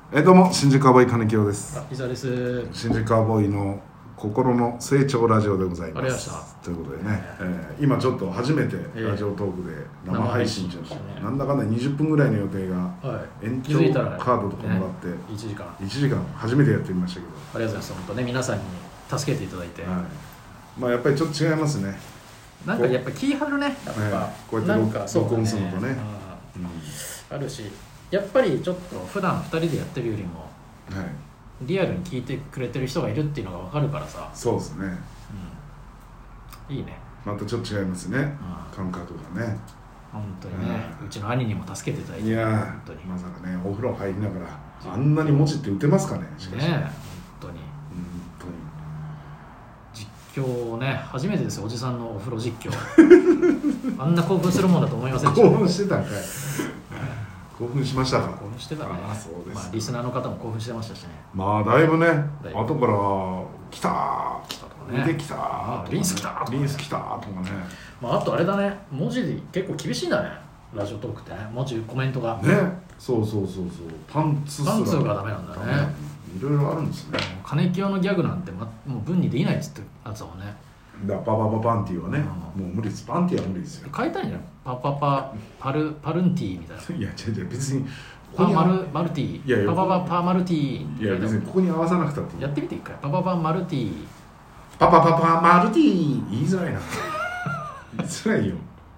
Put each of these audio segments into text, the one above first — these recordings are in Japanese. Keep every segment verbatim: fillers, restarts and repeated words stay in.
えどうも新宿カウボーイ金清です。 あ、伊沢です。 新宿カウボーイの心の成長ラジオでございます。 ありがとうございました。 ということでね、えー、今ちょっと初めてラジオトークで生配信中です、ね、なんだかんだにじゅっぷんぐらいの予定が、はい、延長カードとかもらって、ね、 いちじかんいちじかん初めてやってみましたけど、 ありがとうございます。本当ね、皆さんに助けていただいて、はい、 まあやっぱりちょっと違いますね。 なんかやっぱ気張るね、やっぱ、 ね、こうやって録音するとね、 うん、あるし、やっぱりちょっと普段ふたりでやってるよりも、はい、リアルに聞いてくれてる人がいるっていうのが分かるからさ。 そうですね、 うん、いいね。またちょっと違いますね、うん、感覚がね。 本当にね、うん、うちの兄にも助けていただいて、 いや本当にまさかね、お風呂入りながらあんなに文字って打てますかね。しかしね、本当に本当に実況をね、初めてですよ、おじさんのお風呂実況あんな興奮するもんだと思いませんでした。 興奮してたんかい興奮しましたか。 興奮してたね。 あ、そうです。 まあリスナーの方も興奮してましたしね。 まあだいぶね、後から来たー来たとかね、 見てきたーとか、ね、 リンス来たーとか、ね、 リンス来たーとかね。 まああとあれだね、文字結構厳しいんだね、ラジオトークってね、文字コメントがね。そうそうそうそう、パンツパンツがダメなんだね。 いろいろあるんですね。 金清のギャグなんて、ま、もう文にできないっつってやつだもんね。 だパパパパンティはね、うん、もう無理です。パンティは無理ですよ。 書いたんじゃない、パパパパルパルンティーみたいな。 いや違う違う、別にパマルマルティー、パパパパマルティー。 いや別にここに合わさなくたっていい。 やってみて一回。パパパマルティー、 パパパパマルティー、言いづらいな言いづらいよ。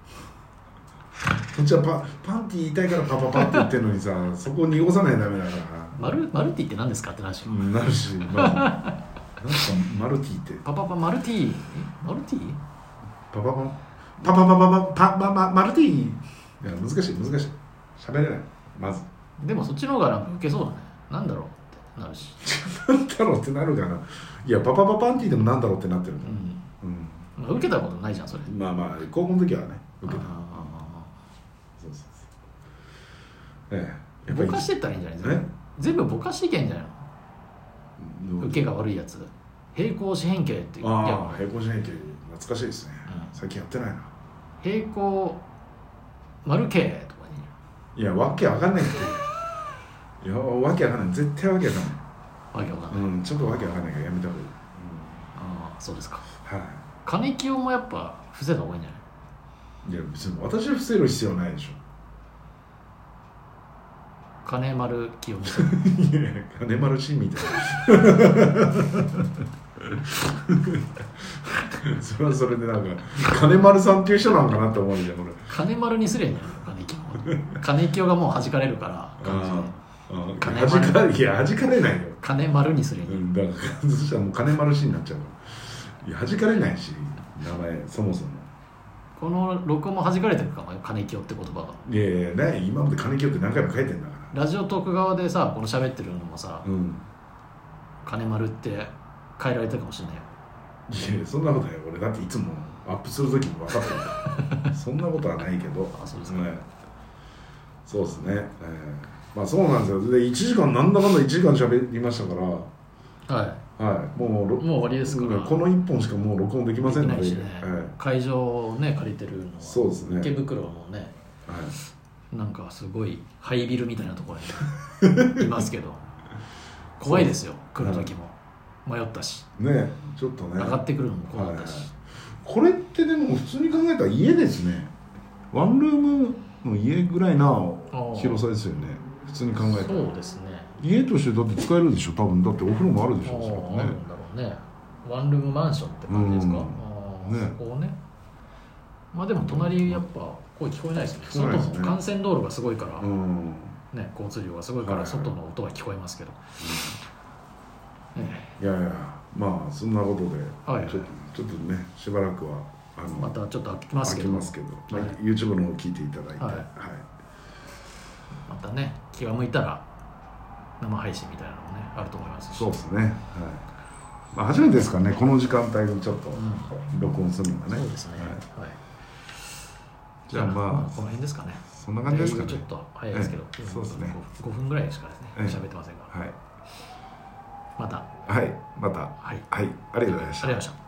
こっちは パ, パンティー言いたいからパパパって言ってるのにさ、そこを濁さないとダメだから。 マルマルティーって何ですかって話、 うん、なるし、まあ、なんかマルティーってパパパマルティー、マルティー、 パパパパパパパパパパマルティー。いや難しい難しい、喋れない。まずでもそっちの方がなんかウケそうだね。なんだろうってなるしなんだろうってなるかな。いやパパパパンティーでもなんだろうってなってる、 うんうん、まあ、受けたことないじゃんそれ。 まあまあ高校の時はね受けた。そうそうそう、ええ、ぼかしてったらいいんじゃないですか。全部ぼかしていけんじゃないの。受けが悪いやつ、平行四辺形っていう。 ああ、平行四辺形懐かしいですね、うん、最近やってないな。 平行丸形とかに、いやわけわかんないっていやわけわかんない、絶対わけわかんない。 わけわかんない、 うん、ちょっとわけわかんないからやめた方がいい、うん、 ああそうですか。 はい。 金清もやっぱ伏せた方がいいんじゃない。 いや別に私は伏せる必要ないでしょ。 金丸清美さんいや金丸氏みたいなそれはそれでなんか金丸さんっていう人なんかなって思うじゃん俺。 金丸にすりゃいいんじゃない金清金清がもう弾かれるから感じで。 金丸、かいや弾かれないよ。 金丸にすりゃいい、うん、 だからそしたらもう金丸氏になっちゃうから。いや弾かれないし名前そもそも。 この録音も弾かれてるかもよ、金清って言葉が。 いやいやね、今まで金清って何回も書いてんだから。 ラジオトーク側でさ、この喋ってるのもさ、うん、金丸って変えられたかもしれないよ。 いやそんなことない。俺だっていつもアップする時も分かってるそんなことはないけど。 あ、そうですか、ね、 そうですね、えー、まあそうなんですよ。でいちじかんなんだかんだいちじかん喋りましたから、 はいはい、もうもう終わりですから。 このいっぽんしかもう録音できませんので、 できないしね、はい、会場をね借りてるのはそうですね、 池袋のね、はい、なんかすごいハイビルみたいなところにいますけど怖いですよ、来る時も、はい、迷ったしね、ちょっとね上がってくるのも怖かったし、はい、 これってでも普通に考えたら家ですね。ワンルームの家ぐらいな広さですよね、普通に考えたら。 そうですね、 家としてだって使えるでしょ多分。だってお風呂もあるでしょ。 そうね、あるんだろうね。ワンルームマンションって感じですか、うん、あ、ね、そこをね。まあでも隣やっぱ声聞こえないですね。外の幹線道路がすごいから、うん、ね、交通量がすごいから外の音は聞こえますけど、 うん、ね、いやいや、まあそんなことで、はいはい、ちょっとちょっとねしばらくはあのまたちょっと開きますけど、 開きますけど、はい、YouTube の方を聞いていただいて、はいはい、 またね気が向いたら生配信みたいなのもねあると思いますし。 そうですね、はい、まあ、初めてですからねこの時間帯にちょっと録音するのがね、 うん、そうですね、はいはい、 じゃあまあこの辺ですかね。 そんな感じですかね。 ちょっと早いですけど、 ええ、そうですね、 ごふんぐらいしかですね喋ってませんが、 はい、 またはいまたはい、 はい、ありがとうございました。 ありがとうございました。